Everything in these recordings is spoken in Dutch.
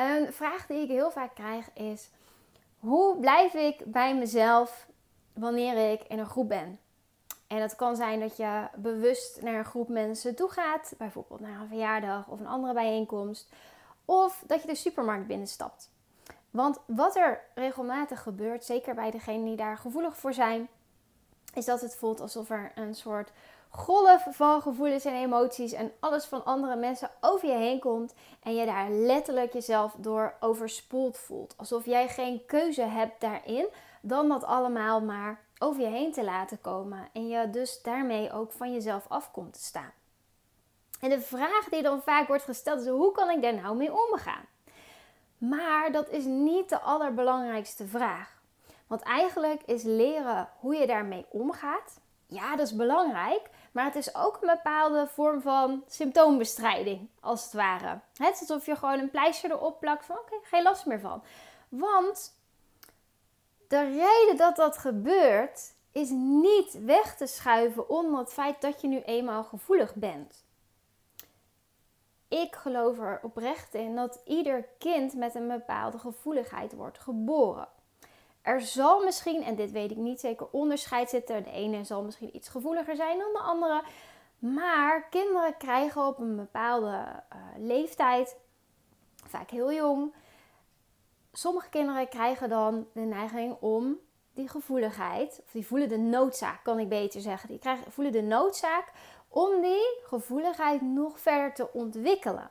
Een vraag die ik heel vaak krijg is: hoe blijf ik bij mezelf wanneer ik in een groep ben? En het kan zijn dat je bewust naar een groep mensen toe gaat, bijvoorbeeld naar een verjaardag of een andere bijeenkomst, of dat je de supermarkt binnenstapt. Want wat er regelmatig gebeurt, zeker bij degenen die daar gevoelig voor zijn, is dat het voelt alsof er een soort golf van gevoelens en emoties en alles van andere mensen over je heen komt en je daar letterlijk jezelf door overspoeld voelt. Alsof jij geen keuze hebt daarin dan dat allemaal maar over je heen te laten komen en je dus daarmee ook van jezelf af komt te staan. En de vraag die dan vaak wordt gesteld is: hoe kan ik daar nou mee omgaan? Maar dat is niet de allerbelangrijkste vraag. Want eigenlijk is leren hoe je daarmee omgaat, ja, dat is belangrijk. Maar het is ook een bepaalde vorm van symptoombestrijding, als het ware. Het is alsof je gewoon een pleister erop plakt van oké, geen last meer van. Want de reden dat dat gebeurt is niet weg te schuiven onder het feit dat je nu eenmaal gevoelig bent. Ik geloof er oprecht in dat ieder kind met een bepaalde gevoeligheid wordt geboren. Er zal misschien, en dit weet ik niet zeker, onderscheid zitten. De ene zal misschien iets gevoeliger zijn dan de andere. Maar kinderen krijgen op een bepaalde leeftijd, vaak heel jong, sommige kinderen krijgen dan de neiging om die gevoeligheid, of die voelen de noodzaak, kan ik beter zeggen. Die voelen de noodzaak om die gevoeligheid nog verder te ontwikkelen.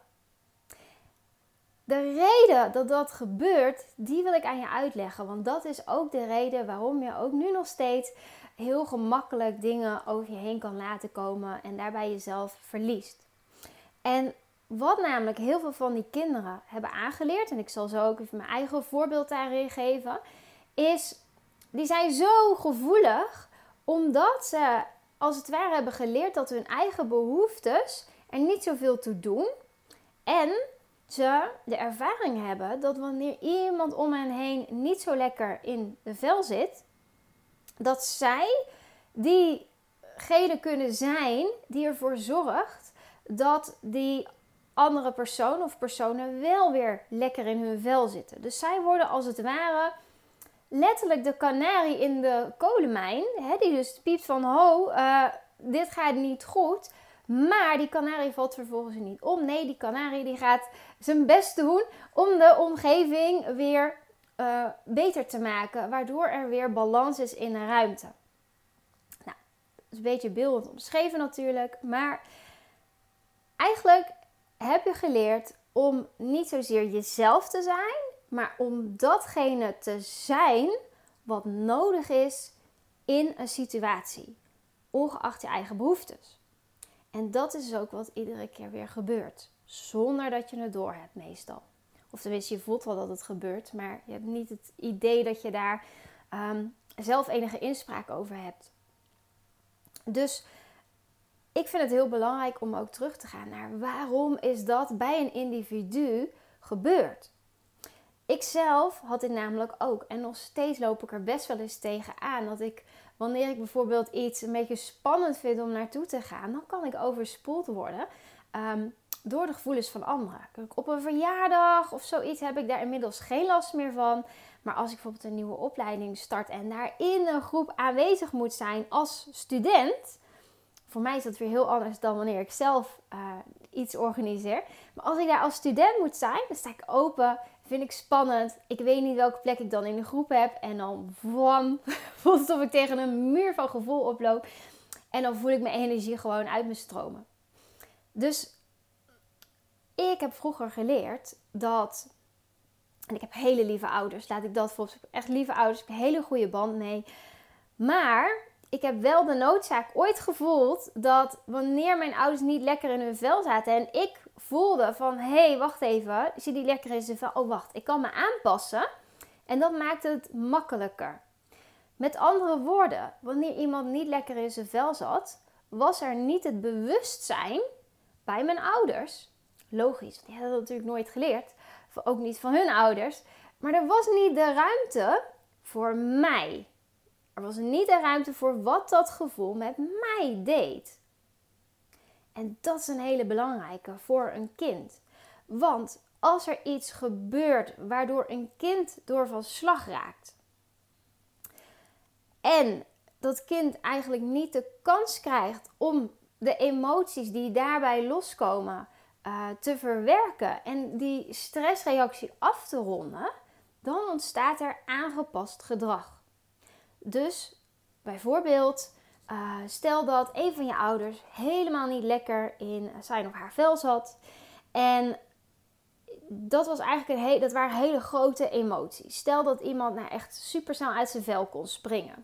De reden dat dat gebeurt, die wil ik aan je uitleggen. Want dat is ook de reden waarom je ook nu nog steeds heel gemakkelijk dingen over je heen kan laten komen en daarbij jezelf verliest. En wat namelijk heel veel van die kinderen hebben aangeleerd, en ik zal zo ook even mijn eigen voorbeeld daarin geven, is die zijn zo gevoelig omdat ze als het ware hebben geleerd dat hun eigen behoeftes er niet zoveel toe doen. En ze de ervaring hebben dat wanneer iemand om hen heen niet zo lekker in de vel zit, dat zij diegene kunnen zijn die ervoor zorgt dat die andere persoon of personen wel weer lekker in hun vel zitten. Dus zij worden als het ware letterlijk de kanarie in de kolenmijn, die dus piept van dit gaat niet goed. Maar die kanarie valt vervolgens niet om. Nee, die kanarie die gaat zijn best doen om de omgeving weer beter te maken. Waardoor er weer balans is in de ruimte. Nou, dat is een beetje beeldend omschreven natuurlijk. Maar eigenlijk heb je geleerd om niet zozeer jezelf te zijn. Maar om datgene te zijn wat nodig is in een situatie. Ongeacht je eigen behoeftes. En dat is ook wat iedere keer weer gebeurt. Zonder dat je het doorhebt meestal. Of tenminste, je voelt wel dat het gebeurt. Maar je hebt niet het idee dat je daar zelf enige inspraak over hebt. Dus ik vind het heel belangrijk om ook terug te gaan naar waarom is dat bij een individu gebeurd. Ik zelf had dit namelijk ook. En nog steeds loop ik er best wel eens tegenaan. Dat ik, wanneer ik bijvoorbeeld iets een beetje spannend vind om naartoe te gaan, dan kan ik overspoeld worden door de gevoelens van anderen. Op een verjaardag of zoiets heb ik daar inmiddels geen last meer van. Maar als ik bijvoorbeeld een nieuwe opleiding start en daar in een groep aanwezig moet zijn als student. Voor mij is dat weer heel anders dan wanneer ik zelf iets organiseer. Maar als ik daar als student moet zijn, dan sta ik open. Vind ik spannend. Ik weet niet welke plek ik dan in de groep heb. En dan voelt het alsof ik tegen een muur van gevoel oploop. En dan voel ik mijn energie gewoon uit me stromen. Dus ik heb vroeger geleerd dat... En ik heb hele lieve ouders. Laat ik dat voorop. Ik heb echt lieve ouders. Ik heb een hele goede band mee. Maar ik heb wel de noodzaak ooit gevoeld dat wanneer mijn ouders niet lekker in hun vel zaten en ik voelde van, hé, wacht even, zie die lekker in zijn vel? Oh, wacht, ik kan me aanpassen. En dat maakt het makkelijker. Met andere woorden, wanneer iemand niet lekker in zijn vel zat, was er niet het bewustzijn bij mijn ouders. Logisch, die hadden dat natuurlijk nooit geleerd. Ook niet van hun ouders. Maar er was niet de ruimte voor mij. Er was niet de ruimte voor wat dat gevoel met mij deed. En dat is een hele belangrijke voor een kind. Want als er iets gebeurt waardoor een kind door van slag raakt. En dat kind eigenlijk niet de kans krijgt om de emoties die daarbij loskomen te verwerken en die stressreactie af te ronden, dan ontstaat er aangepast gedrag. Dus bijvoorbeeld, stel dat een van je ouders helemaal niet lekker in zijn of haar vel zat. En dat waren hele grote emoties. Stel dat iemand echt super snel uit zijn vel kon springen.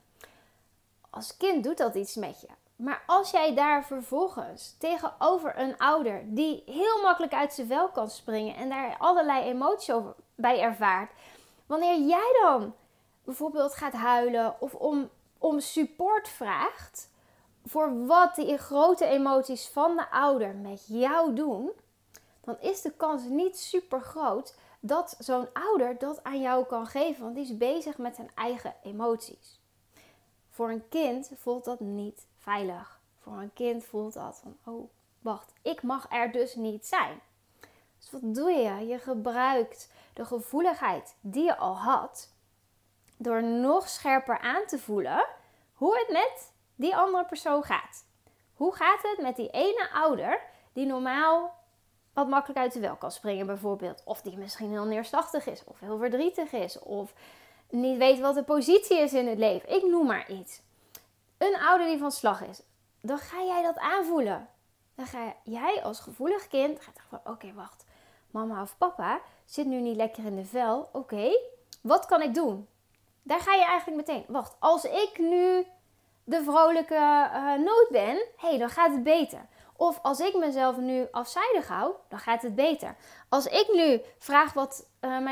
Als kind doet dat iets met je. Maar als jij daar vervolgens tegenover een ouder die heel makkelijk uit zijn vel kan springen en daar allerlei emoties bij ervaart, wanneer jij dan bijvoorbeeld gaat huilen of om support vraagt voor wat die grote emoties van de ouder met jou doen, dan is de kans niet super groot dat zo'n ouder dat aan jou kan geven, want die is bezig met zijn eigen emoties. Voor een kind voelt dat niet veilig. Voor een kind voelt dat van, oh wacht, ik mag er dus niet zijn. Dus wat doe je? Je gebruikt de gevoeligheid die je al had, door nog scherper aan te voelen hoe het met die andere persoon gaat. Hoe gaat het met die ene ouder die normaal wat makkelijk uit de wel kan springen bijvoorbeeld. Of die misschien heel neerslachtig is of heel verdrietig is of niet weet wat de positie is in het leven. Ik noem maar iets. Een ouder die van slag is. Dan ga jij dat aanvoelen. Dan ga jij als gevoelig kind zeggen van oké, wacht. Mama of papa zit nu niet lekker in de vel. Oké, wat kan ik doen? Daar ga je eigenlijk meteen. Wacht, als ik nu de vrolijke noot ben, dan gaat het beter. Of als ik mezelf nu afzijdig hou, dan gaat het beter. Als ik nu vraag wat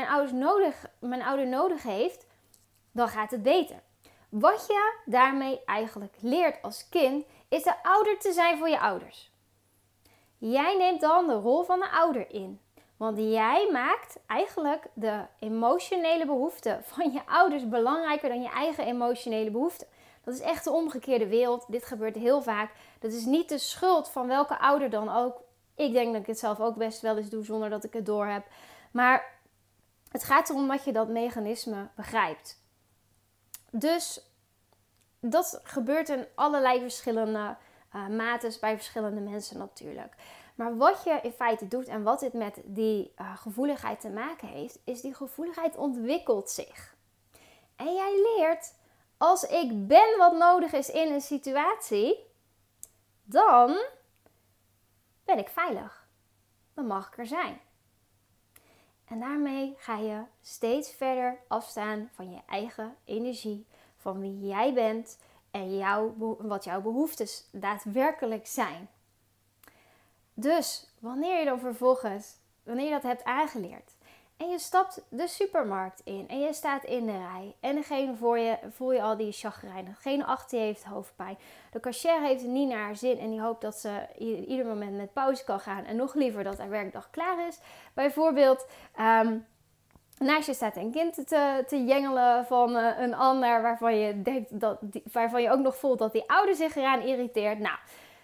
mijn ouder nodig heeft, dan gaat het beter. Wat je daarmee eigenlijk leert als kind, is de ouder te zijn voor je ouders. Jij neemt dan de rol van de ouder in. Want jij maakt eigenlijk de emotionele behoeften van je ouders belangrijker dan je eigen emotionele behoeften. Dat is echt de omgekeerde wereld. Dit gebeurt heel vaak. Dat is niet de schuld van welke ouder dan ook. Ik denk dat ik het zelf ook best wel eens doe zonder dat ik het doorheb. Maar het gaat erom dat je dat mechanisme begrijpt. Dus dat gebeurt in allerlei verschillende mates bij verschillende mensen natuurlijk. Maar wat je in feite doet en wat dit met die gevoeligheid te maken heeft, is die gevoeligheid ontwikkelt zich. En jij leert, als ik ben wat nodig is in een situatie, dan ben ik veilig. Dan mag ik er zijn. En daarmee ga je steeds verder afstaan van je eigen energie, van wie jij bent en wat jouw behoeftes daadwerkelijk zijn. Dus wanneer je dan vervolgens, wanneer je dat hebt aangeleerd en je stapt de supermarkt in en je staat in de rij en degene voor je voel je al die chagrijnig, degene achter je heeft hoofdpijn, de cashier heeft het niet naar haar zin en die hoopt dat ze ieder moment met pauze kan gaan en nog liever dat haar werkdag klaar is. Bijvoorbeeld naast je staat een kind te jengelen van een ander waarvan je denkt waarvan je ook nog voelt dat die ouder zich eraan irriteert. Nou,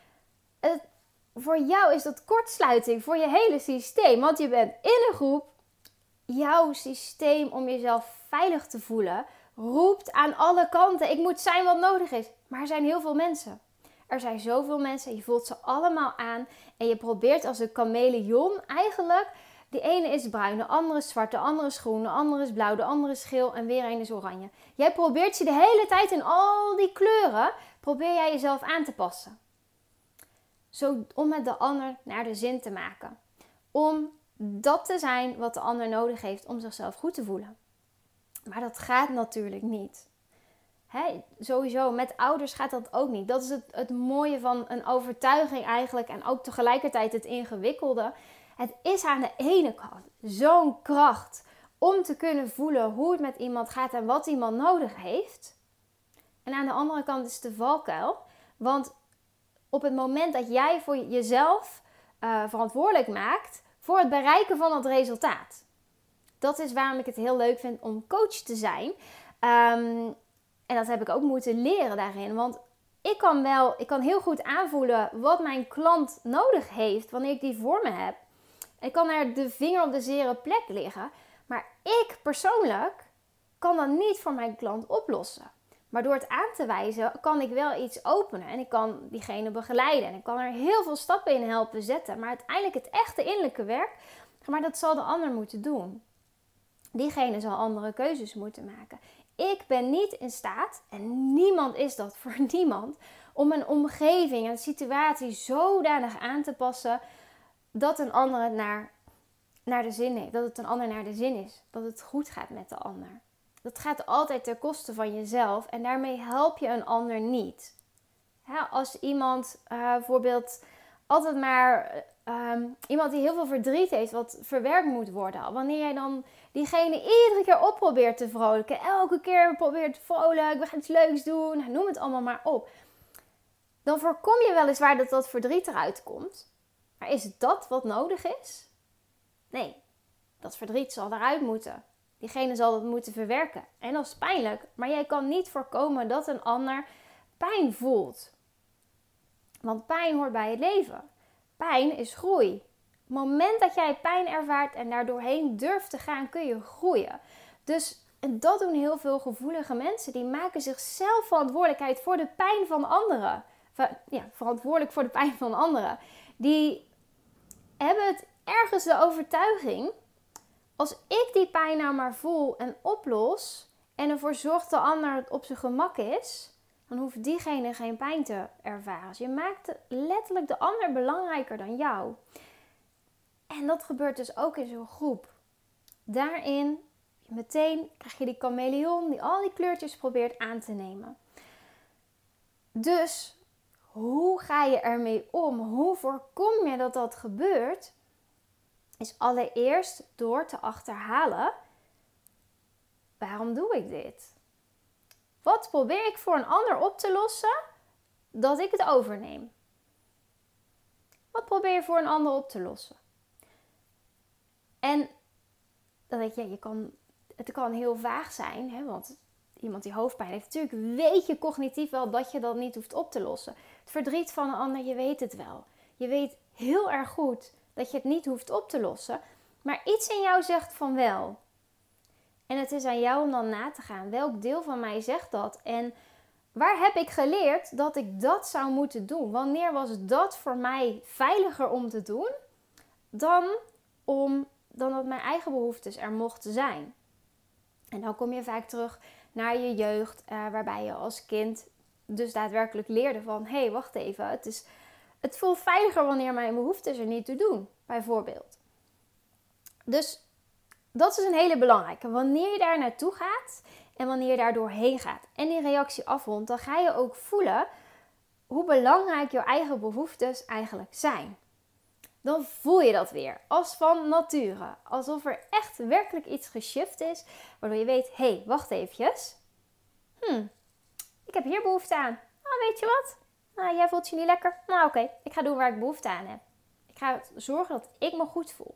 voor jou is dat kortsluiting voor je hele systeem. Want je bent in een groep. Jouw systeem om jezelf veilig te voelen roept aan alle kanten. Ik moet zijn wat nodig is. Maar er zijn heel veel mensen. Er zijn zoveel mensen. Je voelt ze allemaal aan. En je probeert als een chameleon eigenlijk. De ene is bruin, de andere is zwart, de andere is groen, de andere is blauw, de andere is geel en weer een is oranje. Jij probeert je de hele tijd in al die kleuren. Probeer jij jezelf aan te passen. Om het de ander naar de zin te maken. Om dat te zijn wat de ander nodig heeft om zichzelf goed te voelen. Maar dat gaat natuurlijk niet. Sowieso, met ouders gaat dat ook niet. Dat is het mooie van een overtuiging eigenlijk. En ook tegelijkertijd het ingewikkelde. Het is aan de ene kant zo'n kracht om te kunnen voelen hoe het met iemand gaat en wat iemand nodig heeft. En aan de andere kant is het de valkuil. Want op het moment dat jij voor jezelf verantwoordelijk maakt voor het bereiken van het resultaat. Dat is waarom ik het heel leuk vind om coach te zijn. En dat heb ik ook moeten leren daarin. Want ik kan heel goed aanvoelen wat mijn klant nodig heeft wanneer ik die voor me heb. Ik kan er de vinger op de zere plek liggen. Maar ik persoonlijk kan dat niet voor mijn klant oplossen. Maar door het aan te wijzen kan ik wel iets openen. En ik kan diegene begeleiden. En ik kan er heel veel stappen in helpen zetten. Maar uiteindelijk het echte innerlijke werk, maar dat zal de ander moeten doen. Diegene zal andere keuzes moeten maken. Ik ben niet in staat, en niemand is dat voor niemand, om een omgeving, een situatie zodanig aan te passen dat een ander het naar de zin heeft. Dat het een ander naar de zin is. Dat het goed gaat met de ander. Dat gaat altijd ten koste van jezelf en daarmee help je een ander niet. Als iemand bijvoorbeeld altijd maar iemand die heel veel verdriet heeft wat verwerkt moet worden. Wanneer jij dan diegene iedere keer op probeert te vrolijken. Elke keer probeert vrolijk, we gaan iets leuks doen. Noem het allemaal maar op. Dan voorkom je weliswaar dat verdriet eruit komt. Maar is het dat wat nodig is? Nee, dat verdriet zal eruit moeten. Diegene zal het moeten verwerken. En dat is pijnlijk. Maar jij kan niet voorkomen dat een ander pijn voelt. Want pijn hoort bij het leven. Pijn is groei. Op het moment dat jij pijn ervaart en daar doorheen durft te gaan, kun je groeien. Dus en dat doen heel veel gevoelige mensen. Die maken zichzelf verantwoordelijk voor de pijn van anderen. Verantwoordelijk voor de pijn van anderen. Die hebben het ergens de overtuiging, als ik die pijn nou maar voel en oplos en ervoor zorg dat de ander het op zijn gemak is, dan hoeft diegene geen pijn te ervaren. Dus je maakt letterlijk de ander belangrijker dan jou. En dat gebeurt dus ook in zo'n groep. Daarin meteen krijg je die chameleon die al die kleurtjes probeert aan te nemen. Dus hoe ga je ermee om? Hoe voorkom je dat dat gebeurt? Is allereerst door te achterhalen, waarom doe ik dit? Wat probeer ik voor een ander op te lossen, dat ik het overneem? Wat probeer je voor een ander op te lossen? En dan denk je, het kan heel vaag zijn, hè, want iemand die hoofdpijn heeft, natuurlijk weet je cognitief wel dat je dat niet hoeft op te lossen. Het verdriet van een ander, je weet het wel. Je weet heel erg goed dat je het niet hoeft op te lossen, maar iets in jou zegt van wel. En het is aan jou om dan na te gaan. Welk deel van mij zegt dat? En waar heb ik geleerd dat ik dat zou moeten doen? Wanneer was dat voor mij veiliger om te doen dan dat mijn eigen behoeftes er mochten zijn? En dan kom je vaak terug naar je jeugd, waarbij je als kind dus daadwerkelijk leerde van, hé, wacht even, het voelt veiliger wanneer mijn behoeftes er niet toe doen, bijvoorbeeld. Dus dat is een hele belangrijke. Wanneer je daar naartoe gaat en wanneer je daar doorheen gaat en die reactie afrondt, dan ga je ook voelen hoe belangrijk jouw eigen behoeftes eigenlijk zijn. Dan voel je dat weer, als van nature. Alsof er echt werkelijk iets geshift is, waardoor je weet, hé, wacht eventjes. Ik heb hier behoefte aan. Nou, weet je wat? Nou, jij voelt je niet lekker. Nou, oké, ik ga doen waar ik behoefte aan heb. Ik ga zorgen dat ik me goed voel.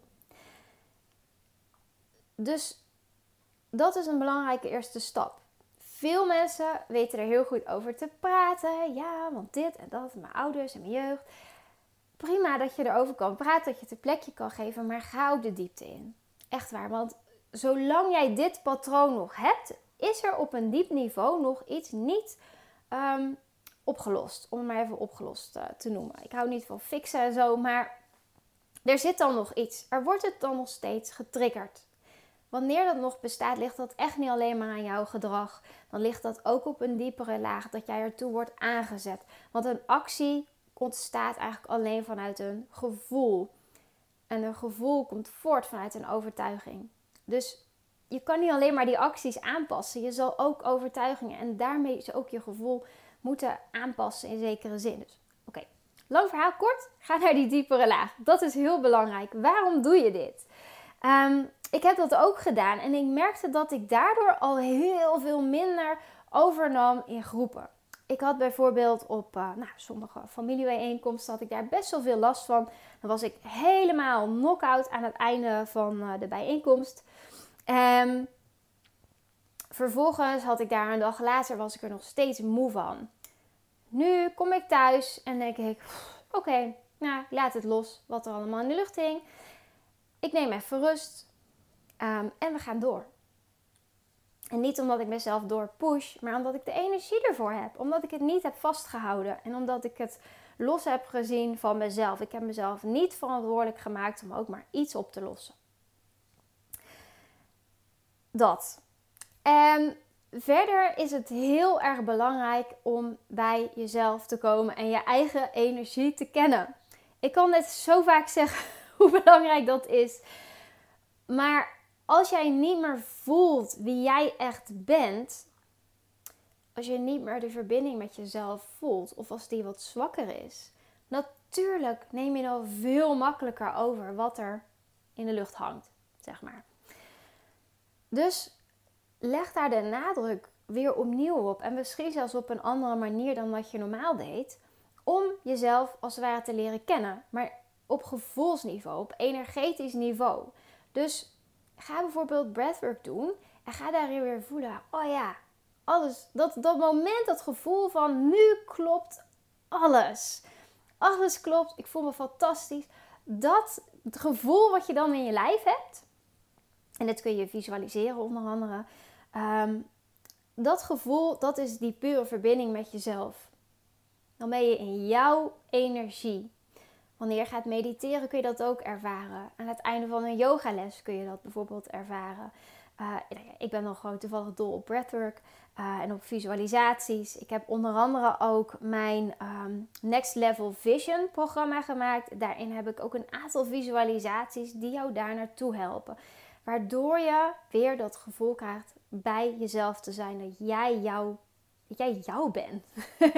Dus dat is een belangrijke eerste stap. Veel mensen weten er heel goed over te praten. Ja, want dit en dat, mijn ouders en mijn jeugd. Prima dat je erover kan praten, dat je het een plekje kan geven, maar ga ook de diepte in. Echt waar, want zolang jij dit patroon nog hebt, is er op een diep niveau nog iets niet opgelost. Om het maar even opgelost te noemen. Ik hou niet van fixen en zo, maar er zit dan nog iets. Er wordt het dan nog steeds getriggerd. Wanneer dat nog bestaat, ligt dat echt niet alleen maar aan jouw gedrag. Dan ligt dat ook op een diepere laag, dat jij ertoe wordt aangezet. Want een actie ontstaat eigenlijk alleen vanuit een gevoel. En een gevoel komt voort vanuit een overtuiging. Dus je kan niet alleen maar die acties aanpassen. Je zal ook overtuigingen en daarmee is ook je gevoel moeten aanpassen in zekere zin. Dus oké, lang verhaal kort. Ga naar die diepere laag. Dat is heel belangrijk. Waarom doe je dit? Ik heb dat ook gedaan en ik merkte dat ik daardoor al heel veel minder overnam in groepen. Ik had bijvoorbeeld op sommige familiebijeenkomsten had ik daar best wel veel last van. Dan was ik helemaal knock-out aan het einde van de bijeenkomst. Vervolgens had ik daar een dag later, was ik er nog steeds moe van. Nu kom ik thuis en denk ik, oké, laat het los wat er allemaal in de lucht hing. ik neem even rust en we gaan door. En niet omdat ik mezelf doorpush, maar omdat ik de energie ervoor heb. Omdat ik het niet heb vastgehouden en omdat ik het los heb gezien van mezelf. Ik heb mezelf niet verantwoordelijk gemaakt om ook maar iets op te lossen. Dat. En verder is het heel erg belangrijk om bij jezelf te komen en je eigen energie te kennen. Ik kan dit zo vaak zeggen hoe belangrijk dat is. Maar als jij niet meer voelt wie jij echt bent, als je niet meer de verbinding met jezelf voelt of als die wat zwakker is, natuurlijk neem je dan veel makkelijker over wat er in de lucht hangt, zeg maar. Dus leg daar de nadruk weer opnieuw op en misschien zelfs op een andere manier dan wat je normaal deed, om jezelf als het ware te leren kennen, maar op gevoelsniveau, op energetisch niveau. Dus ga bijvoorbeeld breathwork doen en ga daarin weer voelen, oh ja, alles, dat moment, dat gevoel van nu klopt alles. Alles klopt, ik voel me fantastisch. Dat gevoel wat je dan in je lijf hebt, en dit kun je visualiseren onder andere. Dat gevoel, dat is die pure verbinding met jezelf. Dan ben je in jouw energie. Wanneer je gaat mediteren kun je dat ook ervaren. Aan het einde van een yogales kun je dat bijvoorbeeld ervaren. Ik ben nog gewoon toevallig dol op breathwork en op visualisaties. Ik heb onder andere ook mijn Next Level Vision programma gemaakt. Daarin heb ik ook een aantal visualisaties die jou daar naartoe helpen. Waardoor je weer dat gevoel krijgt bij jezelf te zijn. Dat jij jou bent.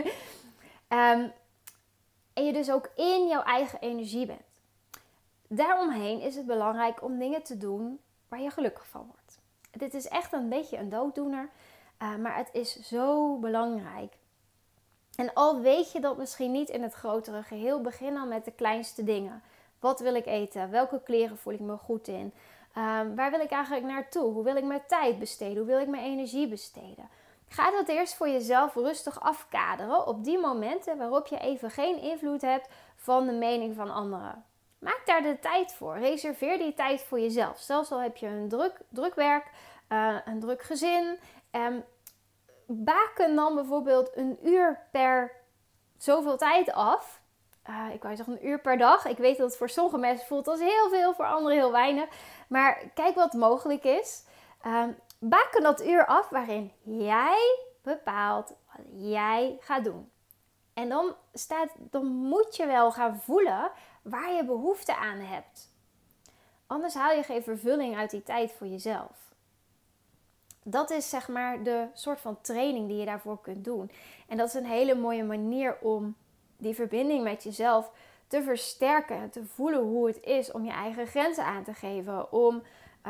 En je dus ook in jouw eigen energie bent. Daaromheen is het belangrijk om dingen te doen waar je gelukkig van wordt. Dit is echt een beetje een dooddoener. Maar het is zo belangrijk. En al weet je dat misschien niet in het grotere geheel, begin dan met de kleinste dingen. Wat wil ik eten? Welke kleren voel ik me goed in? Waar wil ik eigenlijk naartoe? Hoe wil ik mijn tijd besteden? Hoe wil ik mijn energie besteden? Ga dat eerst voor jezelf rustig afkaderen op die momenten waarop je even geen invloed hebt van de mening van anderen. Maak daar de tijd voor. Reserveer die tijd voor jezelf. Zelfs al heb je een druk werk, een druk gezin. Baken dan bijvoorbeeld een uur per zoveel tijd af. Ik wou zeggen een uur per dag. Ik weet dat het voor sommige mensen voelt als heel veel, voor anderen heel weinig. Maar kijk wat mogelijk is. Baken dat uur af waarin jij bepaalt wat jij gaat doen. En dan moet je wel gaan voelen waar je behoefte aan hebt. Anders haal je geen vervulling uit die tijd voor jezelf. Dat is zeg maar de soort van training die je daarvoor kunt doen. En dat is een hele mooie manier om die verbinding met jezelf te versterken. En te voelen hoe het is om je eigen grenzen aan te geven. Om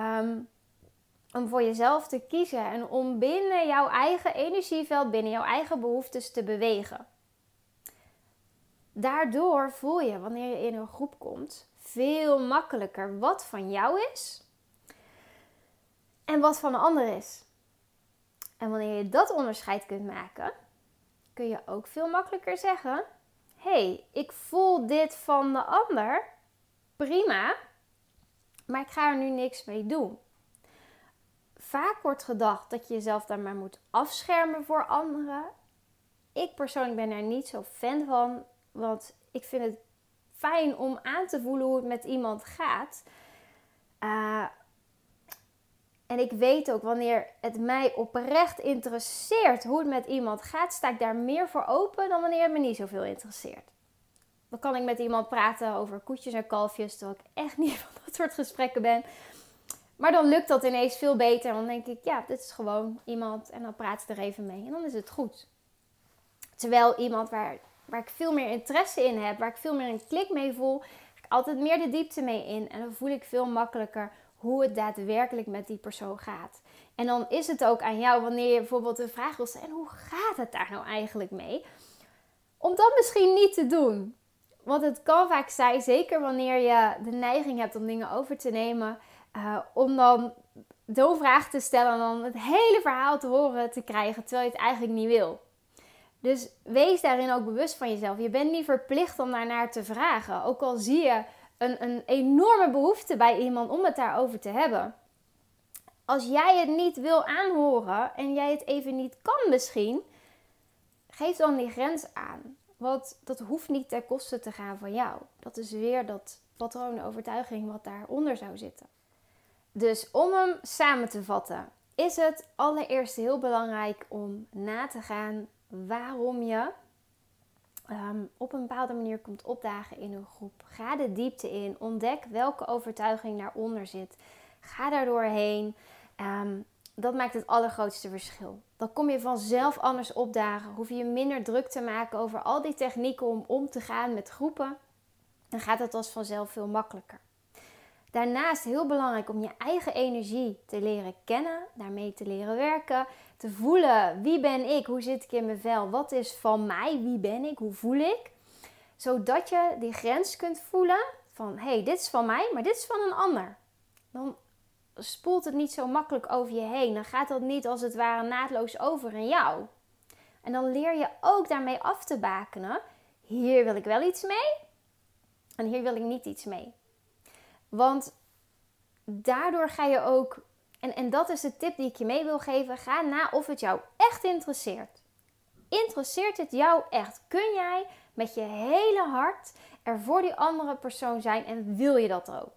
voor jezelf te kiezen. En om binnen jouw eigen energieveld, binnen jouw eigen behoeftes te bewegen. Daardoor voel je, wanneer je in een groep komt, veel makkelijker wat van jou is. En wat van de ander is. En wanneer je dat onderscheid kunt maken, kun je ook veel makkelijker zeggen: hey, ik voel dit van de ander, prima, maar ik ga er nu niks mee doen. Vaak wordt gedacht dat je jezelf daar maar moet afschermen voor anderen. Ik persoonlijk ben daar niet zo fan van, want ik vind het fijn om aan te voelen hoe het met iemand gaat. En ik weet ook, wanneer het mij oprecht interesseert hoe het met iemand gaat, sta ik daar meer voor open dan wanneer het me niet zoveel interesseert. Dan kan ik met iemand praten over koetjes en kalfjes, terwijl ik echt niet van dat soort gesprekken ben. Maar dan lukt dat ineens veel beter. Dan denk ik, ja, dit is gewoon iemand en dan praat ik er even mee en dan is het goed. Terwijl iemand waar ik veel meer interesse in heb, waar ik veel meer een klik mee voel, ga ik altijd meer de diepte mee in. En dan voel ik veel makkelijker hoe het daadwerkelijk met die persoon gaat. En dan is het ook aan jou, wanneer je bijvoorbeeld een vraag wil stellen: hoe gaat het daar nou eigenlijk mee? Om dat misschien niet te doen. Want het kan vaak zijn, zeker wanneer je de neiging hebt om dingen over te nemen, om dan zo'n vraag te stellen en dan het hele verhaal te horen te krijgen, terwijl je het eigenlijk niet wil. Dus wees daarin ook bewust van jezelf. Je bent niet verplicht om daarnaar te vragen. Ook al zie je een enorme behoefte bij iemand om het daarover te hebben. Als jij het niet wil aanhoren en jij het even niet kan misschien, geef dan die grens aan. Want dat hoeft niet ten koste te gaan van jou. Dat is weer dat patroon overtuiging wat daaronder zou zitten. Dus om hem samen te vatten, is het allereerst heel belangrijk om na te gaan waarom je op een bepaalde manier komt opdagen in een groep. Ga de diepte in. Ontdek welke overtuiging daaronder zit. Ga daar doorheen. Dat maakt het allergrootste verschil. Dan kom je vanzelf anders opdagen. Hoef je je minder druk te maken over al die technieken om te gaan met groepen. Dan gaat het als vanzelf veel makkelijker. Daarnaast heel belangrijk om je eigen energie te leren kennen. Daarmee te leren werken. Te voelen, wie ben ik? Hoe zit ik in mijn vel? Wat is van mij? Wie ben ik? Hoe voel ik? Zodat je die grens kunt voelen van, hé, dit is van mij, maar dit is van een ander. Dan spoelt het niet zo makkelijk over je heen. Dan gaat dat niet als het ware naadloos over in jou. En dan leer je ook daarmee af te bakenen. Hier wil ik wel iets mee en hier wil ik niet iets mee. Want daardoor ga je ook, en dat is de tip die ik je mee wil geven, ga na of het jou echt interesseert. Interesseert het jou echt? Kun jij met je hele hart er voor die andere persoon zijn en wil je dat ook?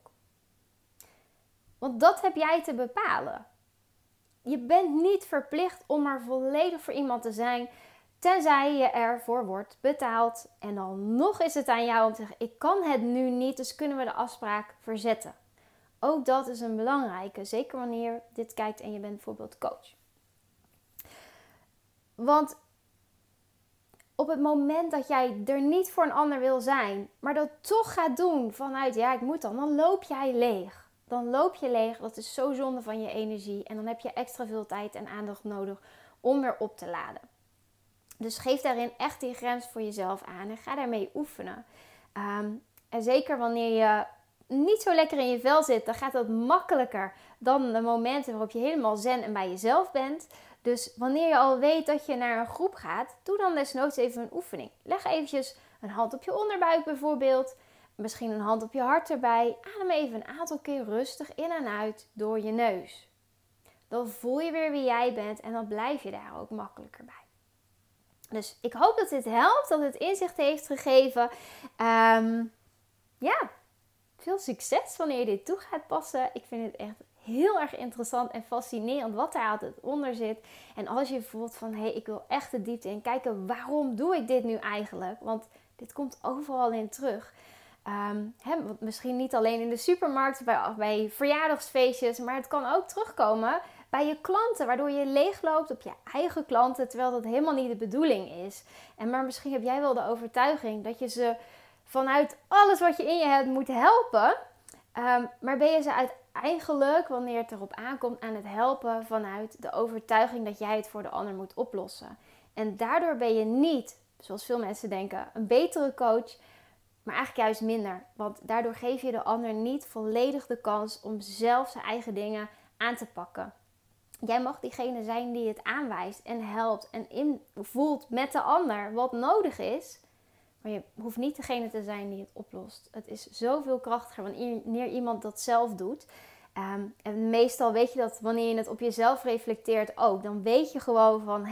Want dat heb jij te bepalen. Je bent niet verplicht om er volledig voor iemand te zijn, tenzij je ervoor wordt betaald. En dan nog is het aan jou om te zeggen, ik kan het nu niet, dus kunnen we de afspraak verzetten. Ook dat is een belangrijke, zeker wanneer je dit kijkt en je bent bijvoorbeeld coach. Want op het moment dat jij er niet voor een ander wil zijn, maar dat toch gaat doen vanuit, ja, ik moet dan loop jij leeg. Dan loop je leeg, dat is zo zonde van je energie. En dan heb je extra veel tijd en aandacht nodig om weer op te laden. Dus geef daarin echt die grens voor jezelf aan en ga daarmee oefenen. En zeker wanneer je niet zo lekker in je vel zit, dan gaat dat makkelijker dan de momenten waarop je helemaal zen en bij jezelf bent. Dus wanneer je al weet dat je naar een groep gaat, doe dan desnoods even een oefening. Leg eventjes een hand op je onderbuik bijvoorbeeld. Misschien een hand op je hart erbij. Adem even een aantal keer rustig in en uit door je neus. Dan voel je weer wie jij bent en dan blijf je daar ook makkelijker bij. Dus ik hoop dat dit helpt, dat het inzicht heeft gegeven. Veel succes wanneer je dit toe gaat passen. Ik vind het echt heel erg interessant en fascinerend wat daar altijd onder zit. En als je voelt van, ik wil echt de diepte in kijken, waarom doe ik dit nu eigenlijk? Want dit komt overal in terug. Misschien niet alleen in de supermarkt, bij verjaardagsfeestjes, maar het kan ook terugkomen bij je klanten, waardoor je leegloopt op je eigen klanten, terwijl dat helemaal niet de bedoeling is. Maar misschien heb jij wel de overtuiging dat je ze vanuit alles wat je in je hebt moet helpen, maar ben je ze uiteindelijk, wanneer het erop aankomt, aan het helpen vanuit de overtuiging dat jij het voor de ander moet oplossen. En daardoor ben je niet, zoals veel mensen denken, een betere coach, maar eigenlijk juist minder. Want daardoor geef je de ander niet volledig de kans om zelf zijn eigen dingen aan te pakken. Jij mag diegene zijn die het aanwijst en helpt en voelt met de ander wat nodig is. Maar je hoeft niet degene te zijn die het oplost. Het is zoveel krachtiger wanneer iemand dat zelf doet. En meestal weet je dat wanneer je het op jezelf reflecteert ook. Dan weet je gewoon van,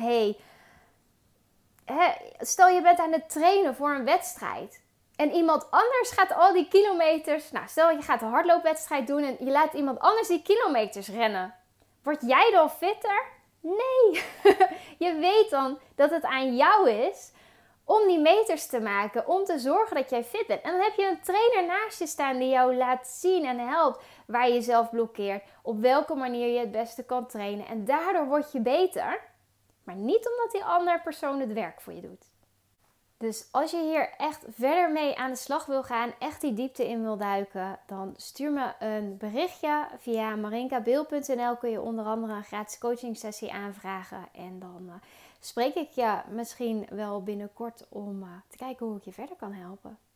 stel je bent aan het trainen voor een wedstrijd. En iemand anders gaat al die kilometers... Nou, stel je gaat een hardloopwedstrijd doen en je laat iemand anders die kilometers rennen. Word jij dan fitter? Nee. Je weet dan dat het aan jou is om die meters te maken, om te zorgen dat jij fit bent. En dan heb je een trainer naast je staan die jou laat zien en helpt waar je jezelf blokkeert, op welke manier je het beste kan trainen. En daardoor word je beter, maar niet omdat die andere persoon het werk voor je doet. Dus als je hier echt verder mee aan de slag wil gaan, echt die diepte in wil duiken, dan stuur me een berichtje. Via marinkabeel.nl kun je onder andere een gratis coaching sessie aanvragen. En dan spreek ik je misschien wel binnenkort om te kijken hoe ik je verder kan helpen.